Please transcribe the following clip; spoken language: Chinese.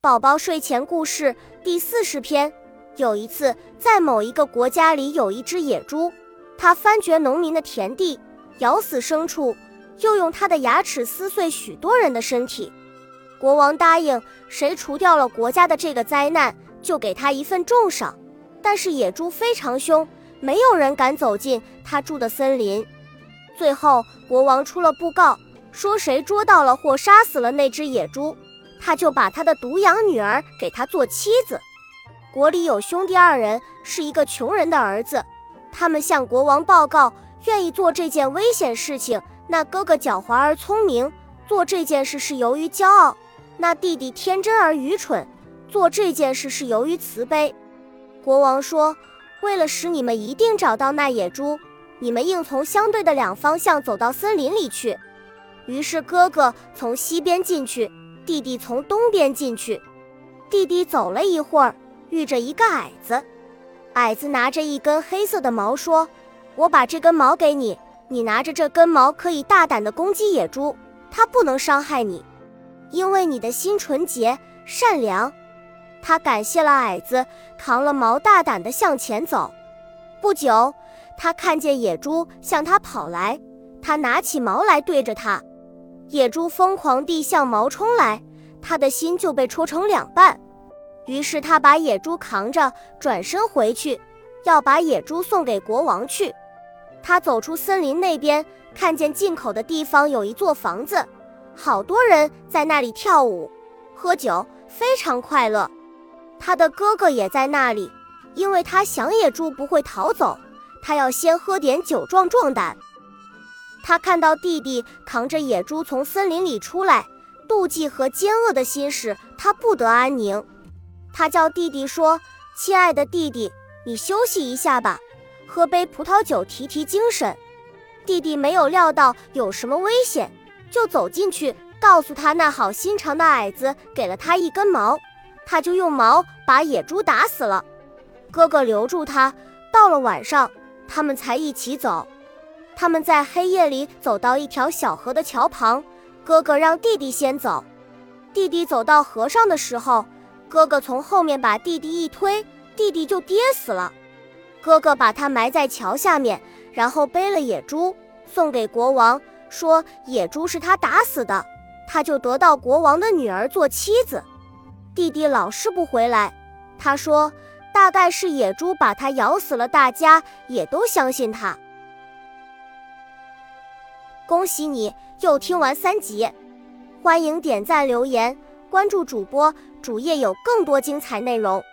宝宝睡前故事第40篇。有一次，在某一个国家里有一只野猪，它翻掘农民的田地，咬死牲畜，又用它的牙齿撕碎许多人的身体。国王答应，谁除掉了国家的这个灾难，就给他一份重赏。但是野猪非常凶，没有人敢走进他住的森林。最后，国王出了布告，说谁捉到了或杀死了那只野猪，他就把他的独养女儿给他做妻子。国里有兄弟2人，是一个穷人的儿子，他们向国王报告，愿意做这件危险事情。那哥哥狡猾而聪明，做这件事是由于骄傲；那弟弟天真而愚蠢，做这件事是由于慈悲。国王说，为了使你们一定找到那野猪，你们应从相对的2方向走到森林里去。于是哥哥从西边进去，弟弟从东边进去。弟弟走了一会儿，遇着一个矮子。矮子拿着一根黑色的毛说，我把这根毛给你，你拿着这根毛可以大胆地攻击野猪，它不能伤害你，因为你的心纯洁善良。他感谢了矮子，扛了毛大胆地向前走。不久，他看见野猪向他跑来，他拿起毛来对着它。野猪疯狂地向毛冲来，他的心就被戳成2半。于是他把野猪扛着转身回去，要把野猪送给国王去。他走出森林那边，看见进口的地方有一座房子，好多人在那里跳舞喝酒，非常快乐。他的哥哥也在那里，因为他想野猪不会逃走，他要先喝点酒壮壮胆。他看到弟弟扛着野猪从森林里出来，妒忌和奸恶的心使他不得安宁。他叫弟弟说，亲爱的弟弟，你休息一下吧，喝杯葡萄酒提提精神。弟弟没有料到有什么危险，就走进去告诉他那好心肠的矮子给了他一根毛，他就用毛把野猪打死了。哥哥留住他，到了晚上，他们才一起走。他们在黑夜里走到一条小河的桥旁，哥哥让弟弟先走。弟弟走到河上的时候，哥哥从后面把弟弟一推，弟弟就跌死了。哥哥把他埋在桥下面，然后背了野猪送给国王，说野猪是他打死的，他就得到国王的女儿做妻子。弟弟老是不回来，他说大概是野猪把他咬死了，大家也都相信他。恭喜你又听完3集，欢迎点赞留言，关注主播，主页有更多精彩内容。